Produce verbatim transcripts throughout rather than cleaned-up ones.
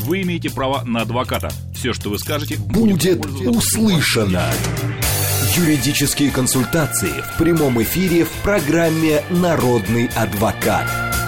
вы имеете право на адвоката. Все, что вы скажете, будет услышано. Юридические консультации в прямом эфире в программе «Народный адвокат».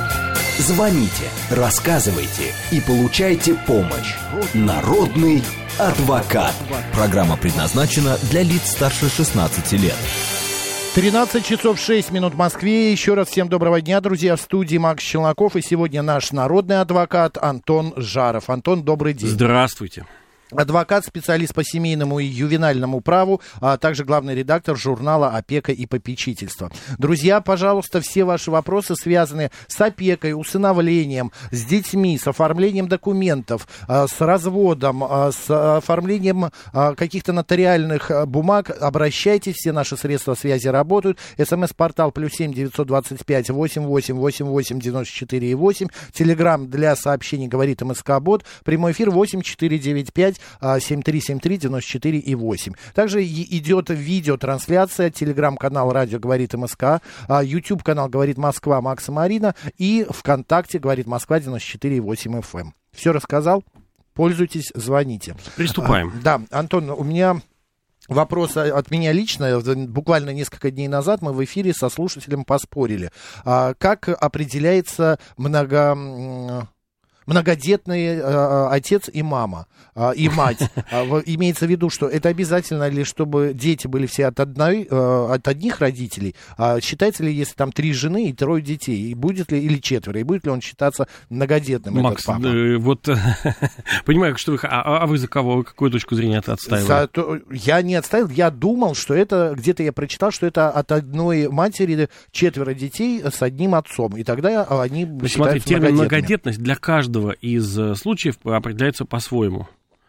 Звоните, рассказывайте и получайте помощь. Народный адвокат. Программа предназначена для лиц старше шестнадцати лет. тринадцать часов шесть минут в Москве. Еще раз всем доброго дня, друзья. В студии Макс Челноков. И сегодня наш народный адвокат Антон Жаров. Антон, добрый день. Здравствуйте. Адвокат, специалист по семейному и ювенальному праву, а также главный редактор журнала «Опека и попечительство». Друзья, пожалуйста, все ваши вопросы, связанные с опекой, усыновлением, с детьми, с оформлением документов, с разводом, с оформлением каких-то нотариальных бумаг, обращайтесь, все наши средства связи работают. СМС-портал плюс семь девятьсот двадцать пять восемь восемь восемь восемь девяносто четыре восемь. Телеграм для сообщений говорит МСК-бот. Прямой эфир восемь четыре девять пять семь три семь три девяносто четыре восемь. Также идет видеотрансляция, телеграм-канал «Радио говорит МСК», YouTube-канал «Говорит Москва» Макса Марина и ВКонтакте «Говорит Москва» девяносто четыре восемь эф эм. Все рассказал? Пользуйтесь, звоните. Приступаем. А, да, Антон, у меня вопрос от меня лично. Буквально несколько дней назад мы в эфире со слушателем поспорили. А, как определяется много... многодетный э, отец и мама, э, и мать. Э, имеется в виду, что это обязательно ли, чтобы дети были все от, одной, э, от одних родителей? Э, считается ли, если там три жены и трое детей, и будет ли, или четверо, и будет ли он считаться многодетным, Макс, этот папа? Э, вот, понимаю, что вы, а, а вы за кого, какую точку зрения отстаивали? За, я не отставил, я думал, что это, где-то я прочитал, что это от одной матери четверо детей с одним отцом, и тогда они ну, считаются смотри, термин многодетными. многодетность для каждого из случаев определяется по-своему.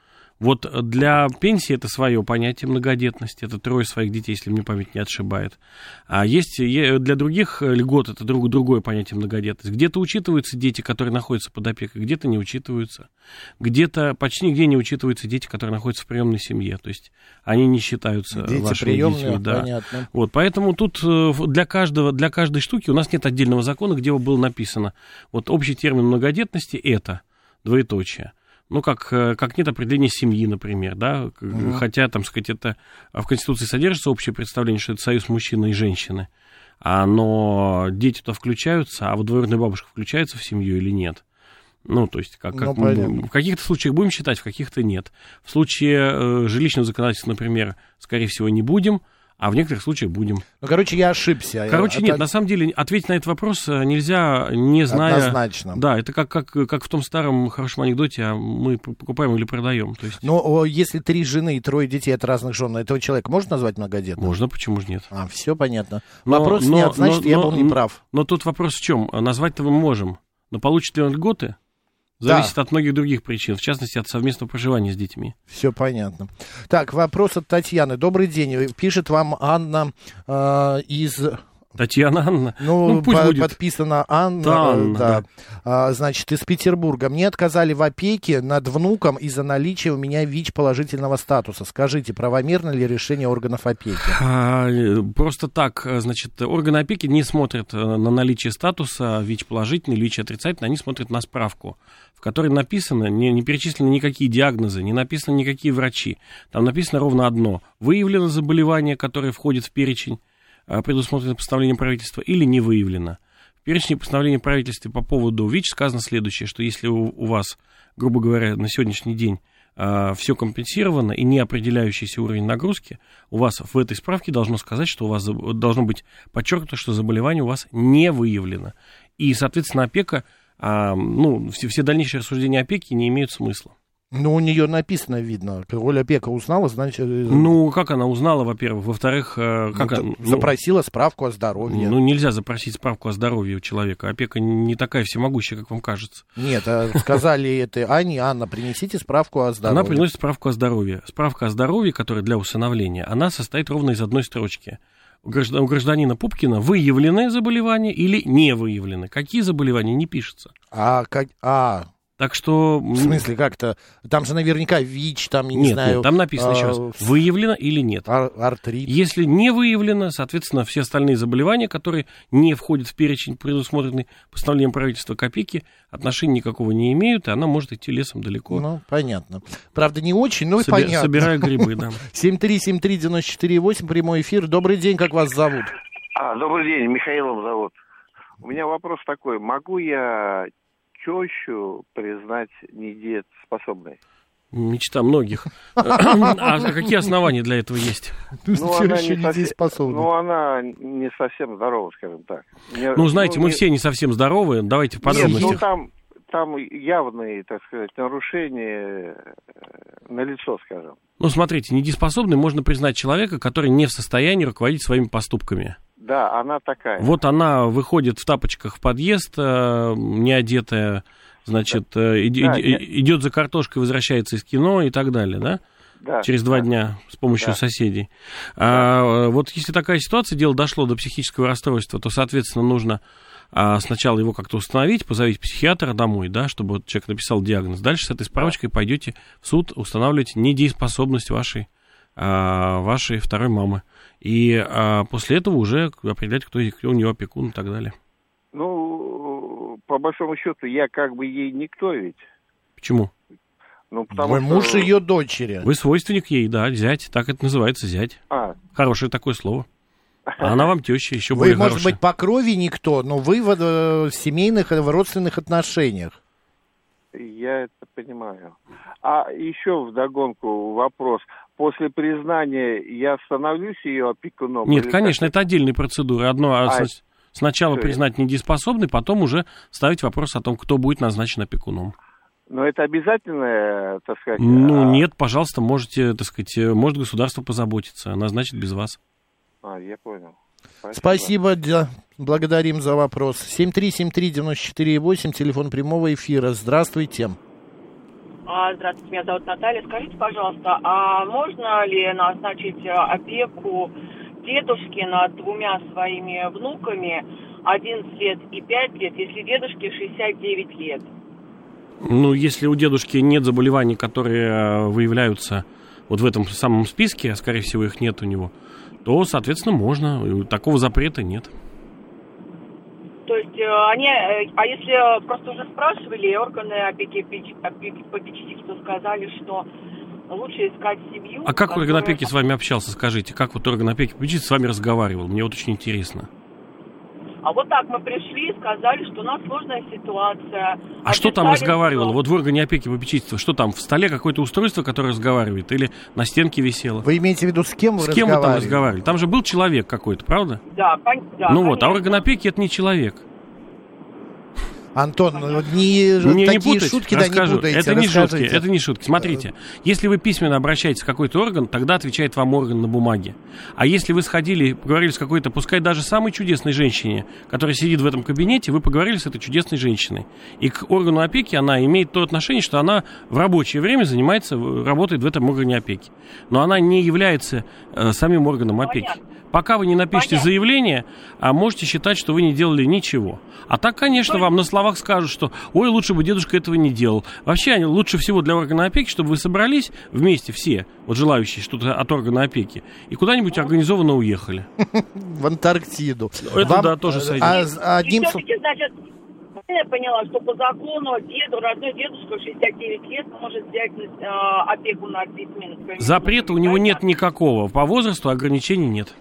Вот для пенсии это свое понятие многодетности, это трое своих детей, если мне память не отшибает. А есть для других льгот это друг, другое понятие многодетности. Где-то учитываются дети, которые находятся под опекой, где-то не учитываются. Где-то почти нигде не учитываются дети, которые находятся в приемной семье. То есть они не считаются дети вашими приемные, детьми. Да. Понятно. Вот, поэтому тут для, каждого, для каждой штуки у нас нет отдельного закона, где было написано. Вот общий термин многодетности это двоеточие. Ну, как, как нет определения семьи, например, да, uh-huh. хотя, там сказать, это в Конституции содержится общее представление, что это союз мужчины и женщины, а, но дети туда включаются, а вот двоюродная бабушка включается в семью или нет? Ну, то есть, как, как ну, в каких-то случаях будем считать, в каких-то нет. В случае э, жилищного законодательства, например, скорее всего, не будем, а в некоторых случаях будем. Ну, короче, я ошибся. Короче, я, нет, это... на самом деле, ответить на этот вопрос нельзя, не зная... Однозначно. Да, это как, как, как в том старом хорошем анекдоте, а мы покупаем или продаем. То есть... Но если три жены и трое детей от разных жен, этого человека можно назвать многодетным? Можно, почему же нет? А, все понятно. Но, вопрос но, нет, значит, но, я но, был неправ. Но, но тут вопрос в чем? Назвать-то мы можем, но получит ли он льготы? Зависит да. от многих других причин, в частности, от совместного проживания с детьми. Все понятно. Так, вопрос от Татьяны. Добрый день. Пишет вам Анна э, из... Татьяна Анна. Ну, ну пусть по- будет. подписана Анна. Анна да. да. А, значит, из Петербурга. Мне отказали в опеке над внуком из-за наличия у меня ВИЧ положительного статуса. Скажите, правомерно ли решение органов опеки? А, просто так, значит, органы опеки не смотрят на наличие статуса ВИЧ положительный, ВИЧ отрицательный, они смотрят на справку, в которой написано, не, не перечислены никакие диагнозы, не написаны никакие врачи. Там написано ровно одно. Выявлено заболевание, которое входит в перечень, предусмотрено постановлением правительства, или не выявлено. В перечне постановления правительства по поводу ВИЧ сказано следующее, что если у, у вас, грубо говоря, на сегодняшний день э, все компенсировано и не определяющийся уровень нагрузки, у вас в этой справке должно сказать, что у вас должно быть подчеркнуто, что заболевание у вас не выявлено. И, соответственно, опека, э, ну, все, все дальнейшие рассуждения опеки не имеют смысла. Ну, у нее написано, видно. Оля опека узнала, значит... Ну, как она узнала, во-первых? Во-вторых, как ну, она... Запросила справку о здоровье. Ну, нельзя запросить справку о здоровье у человека. Опека не такая всемогущая, как вам кажется. Нет, сказали это Ане: Анна, принесите справку о здоровье. Она приносит справку о здоровье. Справка о здоровье, которая для усыновления, она состоит ровно из одной строчки. У гражданина Пупкина выявлены заболевания или не выявлены. Какие заболевания, не пишется. А, как... а Так что... В смысле, как-то? Там же наверняка ВИЧ, там, я не нет, знаю... Нет, там написано а, еще раз, выявлено или нет. Ар- артрит. Если не выявлено, соответственно, все остальные заболевания, которые не входят в перечень, предусмотренный постановлением правительства, к опеке, отношения никакого не имеют, и она может идти лесом далеко. Ну, понятно. Правда, не очень, но и Соби- понятно. Собирая грибы, да. семь три семь три девять четыре восемь, прямой эфир. Добрый день, как вас зовут? А, добрый день, Михаилом зовут. У меня вопрос такой. Могу я тещу признать недееспособной? Мечта многих. А какие основания для этого есть? Ну, она не недееспособна. совсем, ну, она не совсем здорова, скажем так. Мне, Ну, знаете, ну, мы не... все не совсем здоровы. Давайте в подробностях. Нет, ну, там, там явные, так сказать, нарушения налицо, скажем. Ну, смотрите, недееспособной можно признать человека, который не в состоянии руководить своими поступками. Да, она такая. Вот она выходит в тапочках в подъезд, не одетая, значит, да. иди, да, иди, идет за картошкой, возвращается из кино и так далее, да? Да. Через два да. дня с помощью да. соседей. Да. А, вот если такая ситуация, дело дошло до психического расстройства, то, соответственно, нужно а, сначала его как-то установить, позовите психиатра домой, да, чтобы вот человек написал диагноз. Дальше с этой справочкой да. пойдете в суд устанавливать недееспособность вашей, а, вашей второй мамы. И а, после этого уже определять, кто, кто у нее опекун и так далее. Ну, по большому счету, я как бы ей никто ведь. Почему? Ну, потому Вы что... муж ее дочери. Вы свойственник ей, да, зять, так это называется, зять. А. Хорошее такое слово. А она вам теща, еще вы, более может хорошая. быть, по крови никто, но вы в, в семейных, в родственных отношениях. Я это понимаю. А еще вдогонку вопрос. После признания я становлюсь ее опекуном? Нет, конечно, как... это отдельные процедуры. Одно а, сначала признать недееспособной, потом уже ставить вопрос о том, кто будет назначен опекуном. Но это обязательно, так сказать... Ну, а... нет, пожалуйста, можете, так сказать, может государство позаботиться, назначит без вас. А, я понял. Спасибо. Спасибо, да, благодарим за вопрос. семь три семь три девять четыре восемь, телефон прямого эфира. Здравствуйте. Здравствуйте, меня зовут Наталья. Скажите, пожалуйста, а можно ли назначить опеку дедушке над двумя своими внуками одиннадцать лет и пять лет, если дедушке шестьдесят девять лет? Ну, если у дедушки нет заболеваний, которые выявляются вот в этом самом списке, а скорее всего их нет у него, то, соответственно, можно. Такого запрета нет. То есть они, а если просто уже спрашивали, органы опеки, опеки попечительства сказали, что лучше искать семью. А как которая... орган опеки с вами общался, скажите? Как вот орган опеки попечительства с вами разговаривал? Мне вот очень интересно. А вот так мы пришли и сказали, что у нас сложная ситуация. А что там разговаривало? Вот в органе опеки попечительства, что там, в столе какое-то устройство, которое разговаривает, или на стенке висело? Вы имеете в виду, с кем вы с разговаривали? С кем вы там разговаривали? Там же был человек какой-то, правда? Да, пон... да Ну конечно. вот, а орган опеки это не человек. Антон, ну, не, не, такие не путать, шутки, расскажу. Да, не путайте. Это не Расскажите. шутки, это не шутки. Смотрите, если вы письменно обращаетесь в какой-то орган, тогда отвечает вам орган на бумаге. А если вы сходили, поговорили с какой-то, пускай даже самой чудесной женщине, которая сидит в этом кабинете, вы поговорили с этой чудесной женщиной. И к органу опеки она имеет то отношение, что она в рабочее время занимается, работает в этом органе опеки. Но она не является э, самим органом опеки. Понятно. Пока вы не напишете Понятно. заявление, а можете считать, что вы не делали ничего. А так, конечно, Понятно. вам на словах скажут, что ой, лучше бы дедушка этого не делал. Вообще, лучше всего для органа опеки, чтобы вы собрались вместе все, вот желающие что-то от органа опеки, и куда-нибудь организованно уехали. В Антарктиду. Это Вам, да, тоже сойдет. А, одним... И все-таки, значит, я поняла, что по закону деду, родной дедушка шестьдесят девять лет может взять э, опеку над детьми. Например, Запрета у него нет никакого. По возрасту ограничений нет.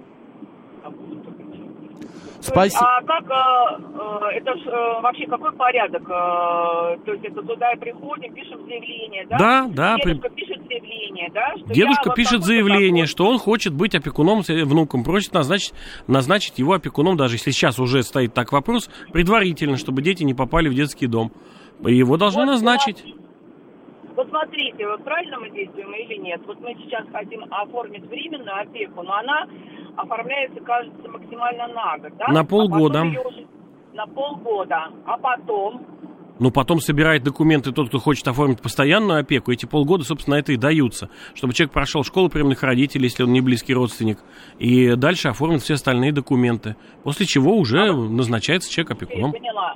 Спасибо. А как, э, это ж, э, вообще какой порядок? Э, то есть это туда и приходим, пишем заявление, да? Да, да. Дедушка при... пишет заявление, да? Что Дедушка я пишет вот заявление, такой... что он хочет быть опекуном, внуком, просит назначить, назначить его опекуном, даже если сейчас уже стоит так вопрос, предварительно, чтобы дети не попали в детский дом. Его должны вот, назначить. Вот смотрите, вот правильно мы действуем или нет? Вот мы сейчас хотим оформить временную опеку, но она оформляется, кажется, максимально на год, да? На полгода. А уже... На полгода. А потом... Ну, потом собирает документы тот, кто хочет оформить постоянную опеку. Эти полгода, собственно, это и даются. Чтобы человек прошел школу приемных родителей, если он не близкий родственник, и дальше оформит все остальные документы. После чего уже а назначается человек опекуном. Я поняла.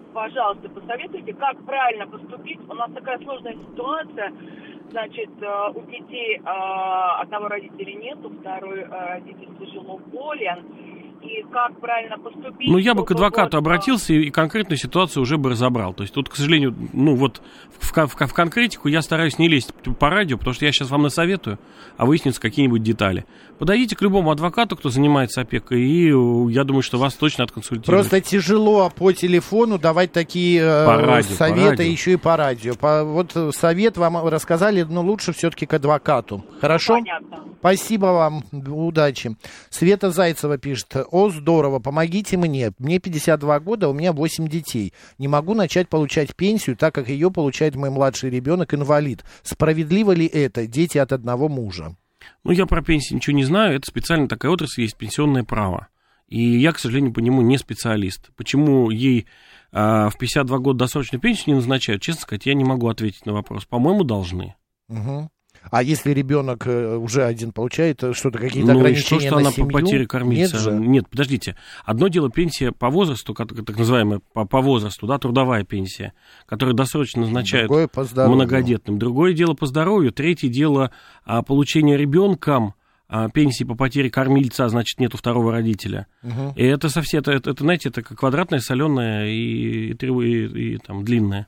пожалуйста, посоветуйте, как правильно поступить. У нас такая сложная ситуация. Значит, у детей одного родителя нету, второй родитель тяжело болен. И как правильно поступить? Ну, я бы к адвокату вот, обратился и конкретную ситуацию уже бы разобрал. То есть тут, к сожалению, ну вот в, в, в конкретику я стараюсь не лезть по радио, потому что я сейчас вам насоветую, а выяснятся какие-нибудь детали. Подойдите к любому адвокату, кто занимается опекой, и я думаю, что вас точно отконсультируют. Просто тяжело по телефону давать такие по э, радио, советы по радио. еще и по радио. По, вот совет вам рассказали, но лучше все-таки к адвокату. Хорошо? Понятно. Спасибо вам, удачи. Света Зайцева пишет: о, здорово, помогите мне. Мне пятьдесят два года, у меня восемь детей. Не могу начать получать пенсию, так как ее получает мой младший ребенок, инвалид. Справедливо ли это? Дети от одного мужа. Ну, я про пенсию ничего не знаю. Это специально такая отрасль, есть пенсионное право. И я, к сожалению, по нему не специалист. Почему ей а, в пятьдесят два года досрочную пенсию не назначают, честно сказать, я не могу ответить на вопрос. По-моему, должны. Угу. А если ребенок уже один получает, что-то, какие-то ну, ограничения что, что на она семью? по потере кормильца? Нет же. Нет, подождите. Одно дело пенсия по возрасту, как, так называемая по, по возрасту, да, трудовая пенсия, которую досрочно назначают Другое по здоровью. многодетным. Другое дело по здоровью. Третье дело а, получение ребенком а, пенсии по потере кормильца, значит, нету второго родителя. Угу. И это совсем, это, это, знаете, это как квадратная, соленая и, и, и, и, и там, длинная.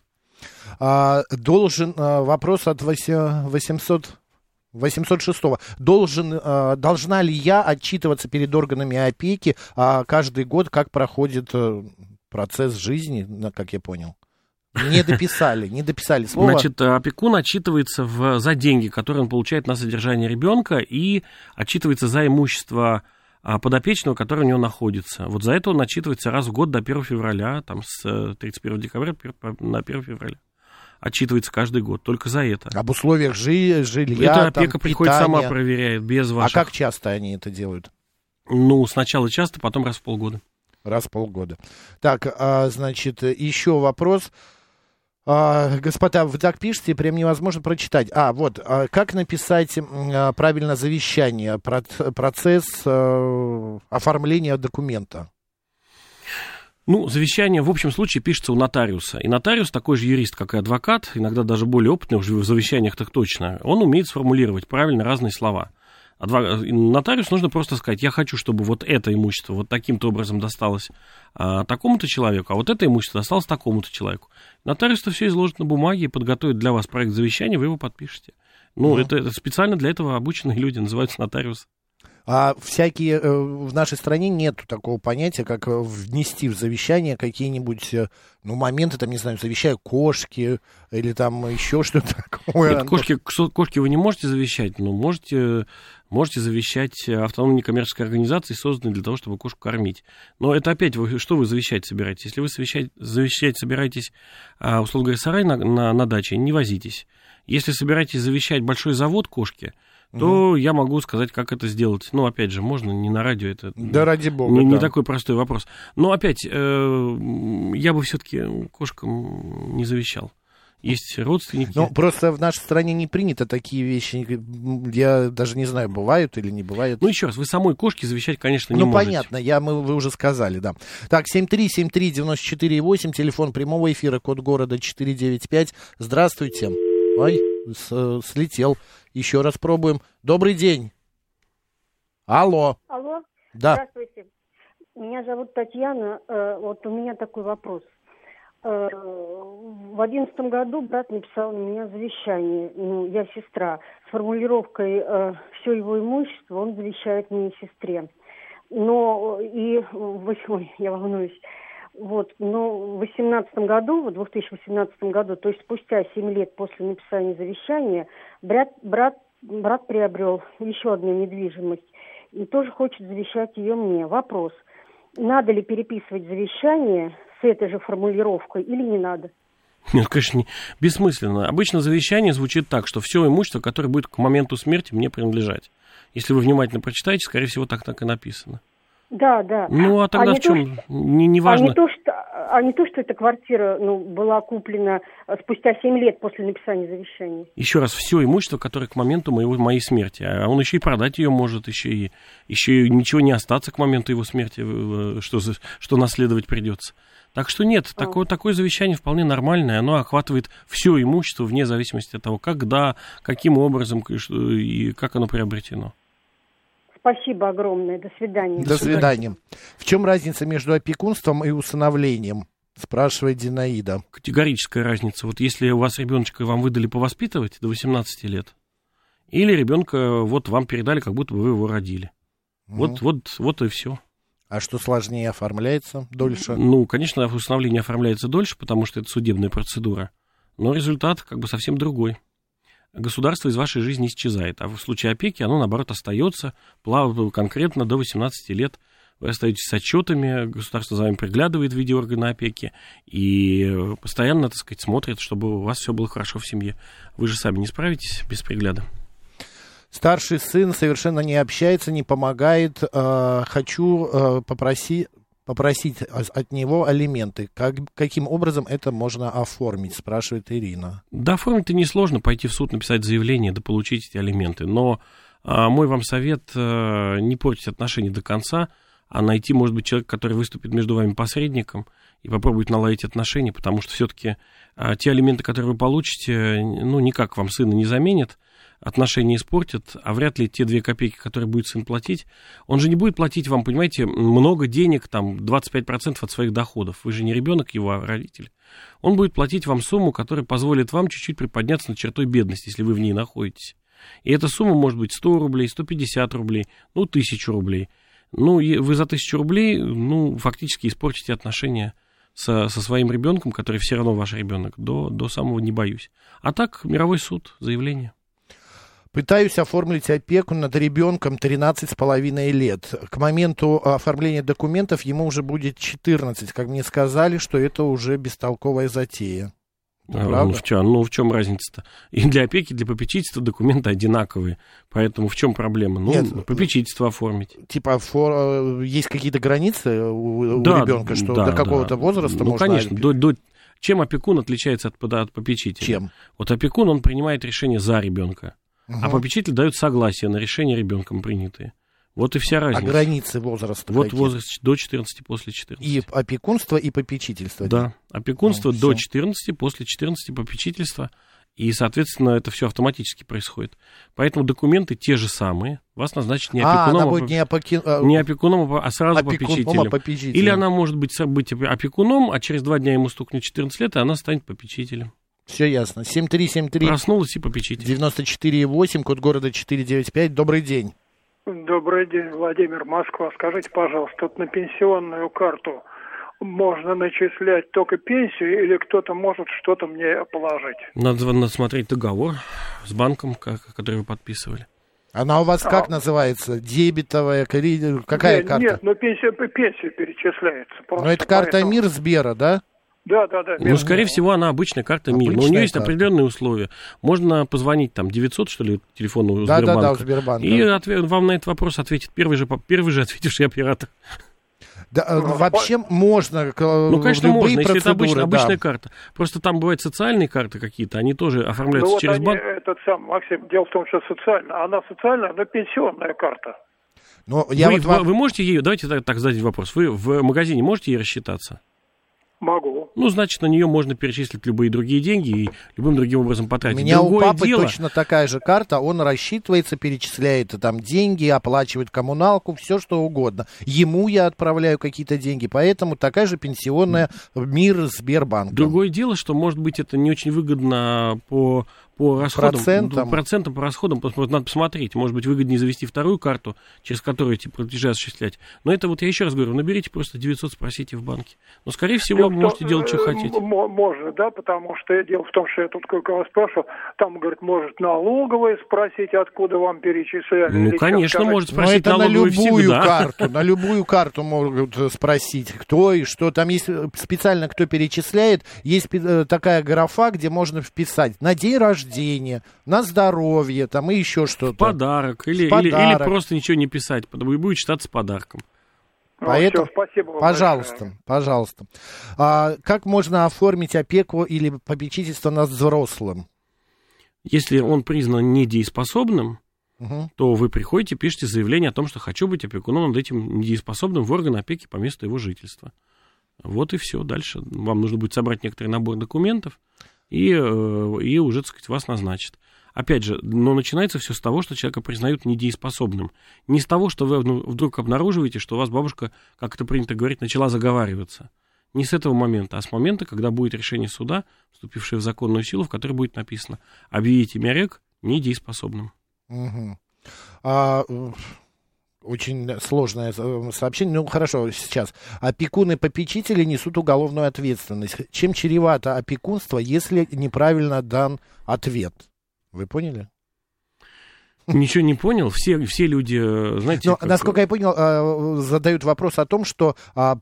А, должен а, вопрос от восемьсот шестого. Должен, а, должна ли я отчитываться перед органами опеки а, каждый год, как проходит а, процесс жизни, как я понял? Не дописали, не дописали слово. Значит, опекун отчитывается в, за деньги, которые он получает на содержание ребенка, и отчитывается за имущество подопечного, который у него находится. Вот за это он отчитывается раз в год до первого февраля, там с тридцать первого декабря на первого февраля. Отчитывается каждый год, только за это. Об условиях жи- жилья, это опека там, приходит питания. сама проверяет, без ваших... А как часто они это делают? Ну, сначала часто, потом раз в полгода. Раз в полгода. Так, а, значит, еще вопрос. А, господа, вы так пишете, прям невозможно прочитать. А, вот, а, как написать а, правильно завещание, процесс а, оформления документа? Ну, завещание в общем случае пишется у нотариуса. И нотариус такой же юрист, как и адвокат, иногда даже более опытный, уже в завещаниях так точно, он умеет сформулировать правильно разные слова. Адвок... Нотариус нужно просто сказать: я хочу, чтобы вот это имущество вот таким-то образом досталось а, такому-то человеку, а вот это имущество досталось такому-то человеку. Нотариус-то все изложит на бумаге и подготовит для вас проект завещания, вы его подпишете. Ну, mm-hmm. это, это специально для этого обученные люди, называются нотариусы. А всякие, в нашей стране нет такого понятия, как внести в завещание какие-нибудь, ну, моменты, там, не знаю, завещаю кошки или там еще что-то такое. Нет, кошки, кошки вы не можете завещать, но можете, можете завещать автономной некоммерческой организации, созданной для того, чтобы кошку кормить. Но это опять, вы, что вы завещать собираетесь? Если вы завещать, завещать собираетесь, условно говоря, сарай на, на, на даче, не возитесь. Если собираетесь завещать большой завод кошки, то mm-hmm. я могу сказать, как это сделать. Ну, опять же, можно не на радио, это да, ради бога, не, да. не такой простой вопрос. Но опять, э, я бы все-таки кошкам не завещал. Есть родственники. Ну, просто в нашей стране не принято такие вещи. Я даже не знаю, бывают или не бывают. Ну, еще раз, вы самой кошке завещать, конечно, не ну, можете. Ну, понятно, я, мы, вы уже сказали, да. Так, семь три семь три девяносто четыре восемь, телефон прямого эфира, код города четыреста девяносто пять. Здравствуйте. Ой, с, слетел. Еще раз пробуем. Добрый день. Алло. Алло. Да. Здравствуйте. Меня зовут Татьяна. Вот у меня такой вопрос. В одиннадцатом году брат написал на меня завещание. Ну, я сестра. С формулировкой «все его имущество» он завещает мне сестре. Но и... Ой, я волнуюсь. Вот, но в восемнадцатом году, в две тысячи восемнадцатом году, то есть спустя семь лет после написания завещания, брат, брат, брат приобрел еще одну недвижимость и тоже хочет завещать ее мне. Вопрос: надо ли переписывать завещание с этой же формулировкой или не надо? Нет, конечно, не, бессмысленно. Обычно завещание звучит так, что все имущество, которое будет к моменту смерти, мне принадлежать. Если вы внимательно прочитаете, скорее всего, так так и написано. Да, да. Ну, а тогда а в чем? Что, не, не важно. А не, то, что, а не то, что эта квартира ну, была куплена спустя семь лет после написания завещания. Еще раз, все имущество, которое к моменту моего, моей смерти. А он еще и продать ее может, еще и, еще и ничего не остаться к моменту его смерти, что, что наследовать придется. Так что нет, А. такое, такое завещание вполне нормальное, оно охватывает все имущество вне зависимости от того, когда, каким образом и как оно приобретено. Спасибо огромное. До свидания. До свидания. В чем разница между опекунством и усыновлением? Спрашивает Зинаида. Категорическая разница. Вот если у вас ребеночка вам выдали повоспитывать до восемнадцати лет, или ребенка вот вам передали, как будто бы вы его родили. Mm. Вот, вот, вот и все. А что сложнее оформляется дольше? Ну, конечно, усыновление оформляется дольше, потому что это судебная процедура. Но результат как бы совсем другой. Государство из вашей жизни исчезает. А в случае опеки оно, наоборот, остается конкретно до восемнадцати лет. Вы остаетесь с отчетами, государство за вами приглядывает в виде органа опеки и постоянно, так сказать, смотрит, чтобы у вас все было хорошо в семье. Вы же сами не справитесь без пригляда. Старший сын совершенно не общается, не помогает. Э, хочу э, попроси, попросить от него алименты. Как, каким образом это можно оформить, спрашивает Ирина. Да, оформить-то несложно, пойти в суд, написать заявление, да получить эти алименты. Но э, мой вам совет э, не портить отношения до конца, а найти, может быть, человека, который выступит между вами посредником и попробует наладить отношения, потому что все-таки э, те алименты, которые вы получите, ну, никак вам сына не заменят, отношения испортят, а вряд ли те две копейки, которые будет сын платить, он же не будет платить вам, понимаете, много денег, там, двадцать пять процентов от своих доходов. Вы же не ребенок его, а родитель. Он будет платить вам сумму, которая позволит вам чуть-чуть приподняться над чертой бедности, если вы в ней находитесь. И эта сумма может быть сто рублей, сто пятьдесят рублей, ну, тысячу рублей. Ну, и вы за тысячу рублей, ну, фактически испортите отношения со, со своим ребенком, который все равно ваш ребенок, до, до самого не боюсь. А так, мировой суд, заявление. Пытаюсь оформить опеку над ребенком тринадцать с половиной лет. К моменту оформления документов ему уже будет четырнадцать. Как мне сказали, что это уже бестолковая затея. А, ну, в чем, ну, в чем разница-то? И для опеки, и для попечительства документы одинаковые. Поэтому в чем проблема? Ну, Нет, попечительство оформить. Типа фор... есть какие-то границы у, да, у ребенка, что да, до какого-то да. возраста ну, можно... Ну, конечно. До, до... Чем опекун отличается от, от попечителя? Чем? Вот опекун, он принимает решение за ребенка. Угу. А попечитель дает согласие на решения ребенком принятые. Вот и вся разница. А границы возраста Вот какие? Возраст до четырнадцати, после четырнадцати. И опекунство, и попечительство. Да, опекунство ну, до все. четырнадцати, после четырнадцати попечительство. И, соответственно, это все автоматически происходит. Поэтому документы те же самые. Вас назначат не опекуном, а, она а, будет не, опеки... не опекуном, а сразу опекуном, попечителем. попечителем. Или она может быть, быть опекуном, а через два дня ему стукнет четырнадцать лет, и она станет попечителем. Все ясно. семь три семь три. Проснулась и попечитель. девяносто четыре восемь, код города четыреста девяносто пять. Добрый день. Добрый день, Владимир, Москва. Скажите, пожалуйста, вот на пенсионную карту можно начислять только пенсию или кто-то может что-то мне положить? Надо, надо смотреть договор с банком, который вы подписывали. Она у вас как а. называется? Дебетовая? Какая нет, карта? Нет, ну пенсия, пенсия перечисляется. Но это карта поэтому... МИР Сбера, да? Да, да, да. Ну, скорее всего, она обычная карта МИР. Но у нее есть карта. Определенные условия. Можно позвонить там девятьсот, что ли, телефону у да, Сбербанка. Да, да, у Сбербанка. И ответ, вам на этот вопрос ответит первый же, первый же ответивший оператор. Да, ну, вообще по... можно. Ну, конечно, можно, если это обычная, да. обычная карта. Просто там бывают социальные карты какие-то, они тоже оформляются ну, вот через они, банк. Этот сам, Максим, дело в том, что социальная, она социальная, но пенсионная карта. Но я вы, вот вам... вы можете ее, давайте так, так задать вопрос, вы в магазине можете ей рассчитаться? Могу. Ну, значит, на нее можно перечислить любые другие деньги и любым другим образом потратить. У меня Другое у папы дело... точно такая же карта, он рассчитывается, перечисляет там деньги, оплачивает коммуналку, все что угодно. Ему я отправляю какие-то деньги, поэтому такая же пенсионная МИР Сбербанк. Другое дело, что, может быть, это не очень выгодно по... По расходам, процентам. процентам, по расходам, надо посмотреть. Может быть, выгоднее завести вторую карту, через которую эти платежи осуществлять. Но это вот я еще раз говорю, наберите просто девятьсот, спросите в банке. Но, скорее всего, вы можете делать, что хотите. Можно, да, потому что дело в том, что я тут кое-кого спрашивал, там, говорит, может налоговая спросить, откуда вам перечисляли. Ну, конечно, может спросить налоговую налоговую на любую всегда. карту, на любую карту могут спросить, кто и что. Там есть специально, кто перечисляет, есть такая графа, где можно вписать на день рождения, на здоровье, там и еще что-то. В подарок. Или, подарок. Или, или просто ничего не писать, потому и будет считаться подарком. Поэтому, ну, все, спасибо вам пожалуйста, большое. пожалуйста. А, как можно оформить опеку или попечительство над взрослым? Если он признан недееспособным, угу. то вы приходите, пишете заявление о том, что хочу быть опекуном над этим недееспособным в орган опеки по месту его жительства. Вот и все. Дальше вам нужно будет собрать некоторый набор документов, и, и уже, так сказать, вас назначат. Опять же, но начинается все с того, что человека признают недееспособным. Не с того, что вы вдруг обнаруживаете, что у вас бабушка, как это принято говорить, начала заговариваться. Не с этого момента, а с момента, когда будет решение суда, вступившее в законную силу, в которой будет написано: объявите Мярек недееспособным. Угу. А, очень сложное сообщение. Ну, хорошо, сейчас. Опекуны и попечители несут уголовную ответственность. Чем чревато опекунство, если неправильно дан ответ? Вы поняли? Ничего не понял. Все, все люди, знаете... Но, как... насколько я понял, задают вопрос о том, что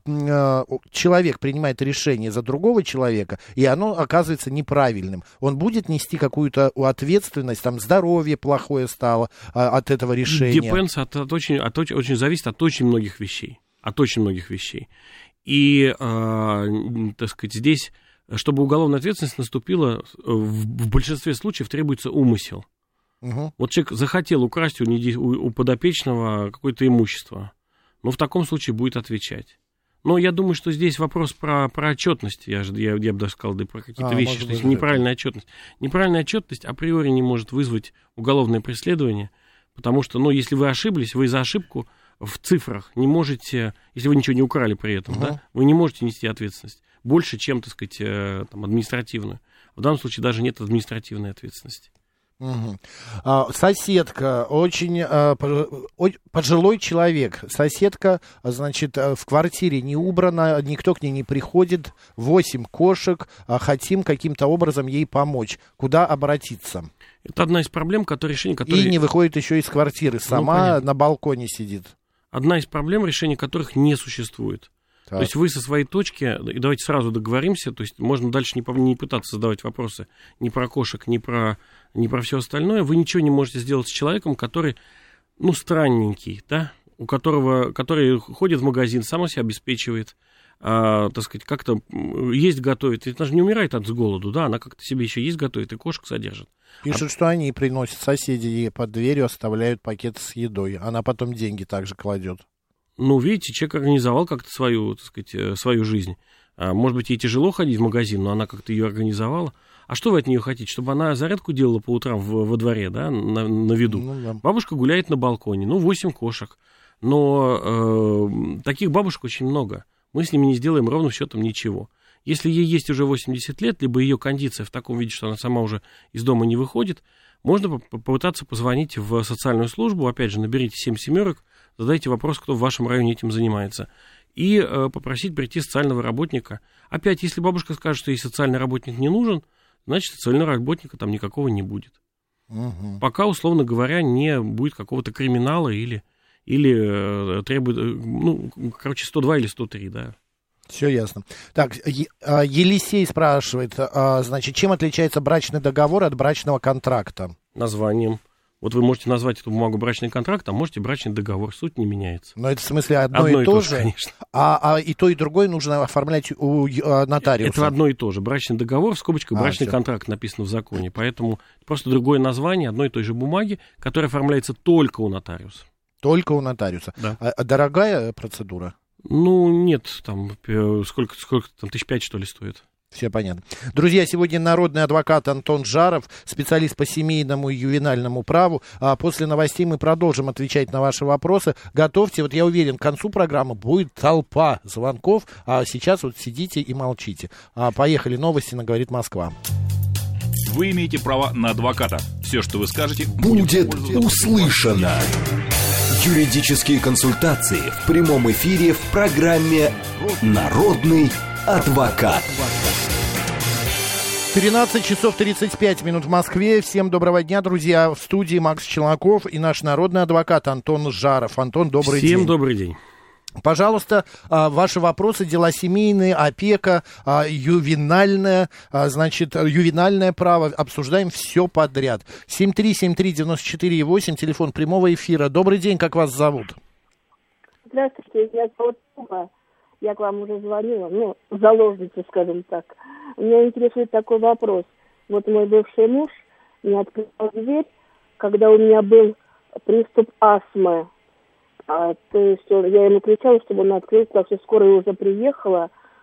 человек принимает решение за другого человека, и оно оказывается неправильным. Он будет нести какую-то ответственность, там, здоровье плохое стало от этого решения? Depends, от, от очень, от, очень зависит от очень многих вещей. От очень многих вещей. И, э, так сказать, здесь... Чтобы уголовная ответственность наступила, в большинстве случаев требуется умысел. Угу. Вот человек захотел украсть у, у подопечного какое-то имущество, но в таком случае будет отвечать. Но я думаю, что здесь вопрос про, про отчетность, я, же, я, я бы даже сказал, да и про какие-то а, вещи, что есть неправильная отчетность. Неправильная отчетность априори не может вызвать уголовное преследование, потому что, ну, если вы ошиблись, вы за ошибку в цифрах не можете, если вы ничего не украли при этом, угу. да, вы не можете нести ответственность. Больше, чем, так сказать, там, административную. В данном случае даже нет административной ответственности. Угу. А, соседка, очень а, пожилой человек. Соседка, значит, в квартире не убрана, никто к ней не приходит. Восемь кошек. А, хотим каким-то образом ей помочь. Куда обратиться? Это одна из проблем, которые, решение которых... И не выходит еще из квартиры. Сама ну, на балконе сидит. Одна из проблем, решение которых не существует. Так. То есть вы со своей точки, и давайте сразу договоримся, то есть можно дальше не, не пытаться задавать вопросы ни про кошек, ни про, ни про все остальное. Вы ничего не можете сделать с человеком, который, ну, странненький, да, у которого, который ходит в магазин, сам себя обеспечивает, а, так сказать, как-то есть готовит. Это же не умирает от голоду, да, она как-то себе еще есть готовит и кошек содержит. Пишут, а... что они приносят, соседи ей под дверью оставляют пакеты с едой, она потом деньги также кладет. Ну, видите, человек организовал как-то свою, так сказать, свою жизнь. Может быть, ей тяжело ходить в магазин, но она как-то ее организовала. А что вы от нее хотите? Чтобы она зарядку делала по утрам в, во дворе, да, на, на виду? Ну, да. Бабушка гуляет на балконе, ну, восемь кошек. Но э, таких бабушек очень много. Мы с ними не сделаем ровным счетом ничего. Если ей есть уже восемьдесят лет, либо ее кондиция в таком виде, что она сама уже из дома не выходит, можно попытаться позвонить в социальную службу, опять же, наберите семь семерок, задайте вопрос, кто в вашем районе этим занимается, и э, попросить прийти социального работника. Опять, если бабушка скажет, что ей социальный работник не нужен, значит, социального работника там никакого не будет. Угу. Пока, условно говоря, не будет какого-то криминала или, или э, требует, э, ну, короче, сто два или сто три, да. Все ясно. Так, Елисей спрашивает, значит, чем отличается брачный договор от брачного контракта? Названием. Вот вы можете назвать эту бумагу брачный контракт, а можете брачный договор. Суть не меняется. Но это в смысле одно, одно и, и то, то же, конечно. А, а и то, и другое нужно оформлять у нотариуса. Это одно и то же. Брачный договор, в скобочках, а, брачный все. контракт написано в законе. Поэтому просто другое название одной и той же бумаги, которая оформляется только у нотариуса. Только у нотариуса. Да. А, дорогая процедура? Ну, нет, там сколько, сколько там, тысяч пять, что ли, стоит. Все понятно. Друзья, сегодня народный адвокат Антон Жаров, специалист по семейному и ювенальному праву. А после новостей мы продолжим отвечать на ваши вопросы. Готовьте, вот я уверен, к концу программы будет толпа звонков, а сейчас вот сидите и молчите. А, поехали, новости на «Говорит Москва». Вы имеете право на адвоката. Все, что вы скажете, будет, будет услышано. Юридические консультации в прямом эфире в программе «Народный адвокат». тринадцать часов тридцать пять минут в Москве. Всем доброго дня, друзья. В студии Макс Челноков и наш народный адвокат Антон Жаров. Антон, добрый Всем день. Всем добрый день. Пожалуйста, ваши вопросы, дела семейные, опека, ювенальное, значит, ювенальное право. Обсуждаем все подряд. семь три семь три девяносто четыре восемь, телефон прямого эфира. Добрый день, как вас зовут? Здравствуйте, меня зовут Тума. Я к вам уже звонила, ну, заложница, скажем так. Меня интересует такой вопрос. Вот мой бывший муж не открывал дверь, когда у меня был приступ астмы. А, то есть он, я ему кричала, чтобы он открыл, так что скорая уже приехала,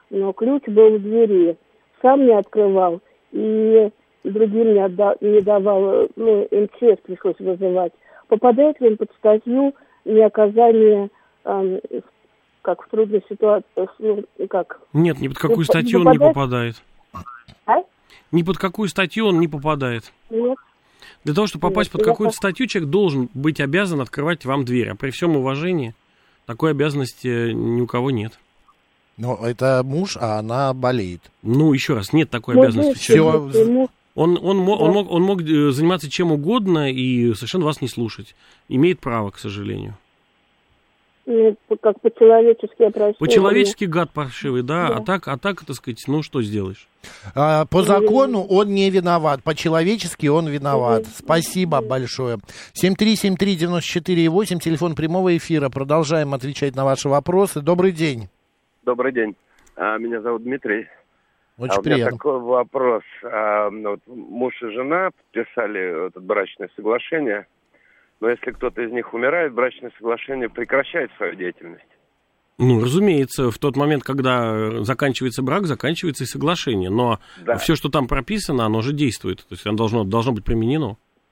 но ключ был в двери. Сам не открывал и другим не, отда- не давал, ну, эм че эс пришлось вызывать. Попадает ли он под статью неоказание, э, как в трудной ситуации, ну, как? Нет, ни под какую Не статью попадает? он не попадает. А? Ни под какую статью он не попадает. Нет. Для того, чтобы попасть Нет, под я какую-то так- статью, человек должен быть обязан открывать вам дверь. А при всем уважении такой обязанности ни у кого нет. Но это муж, а она болеет. Ну, еще раз, нет такой Ну, обязанности. если Всё. ему- Он, он, мо- Да. он, мог, он мог э, заниматься чем угодно и совершенно вас не слушать. Имеет право, к сожалению. ну, как по-человечески я прощаю. По-человечески гад паршивый, да, Да. а так, а так, так сказать, ну что сделаешь? А, по закону он не виноват, по-человечески он виноват. Спасибо большое. семь три семь три девять четыре восемь, телефон прямого эфира. Продолжаем отвечать на ваши вопросы. Добрый день. Добрый день. А, Меня зовут Дмитрий. Очень а у меня приятно. такой вопрос. А, ну, вот муж и жена подписали это брачное соглашение, но если кто-то из них умирает, брачное соглашение прекращает свою деятельность. Ну, разумеется, в тот момент, когда заканчивается брак, заканчивается и соглашение. Но Да. все, что там прописано, оно же действует. То есть оно должно, должно быть применено.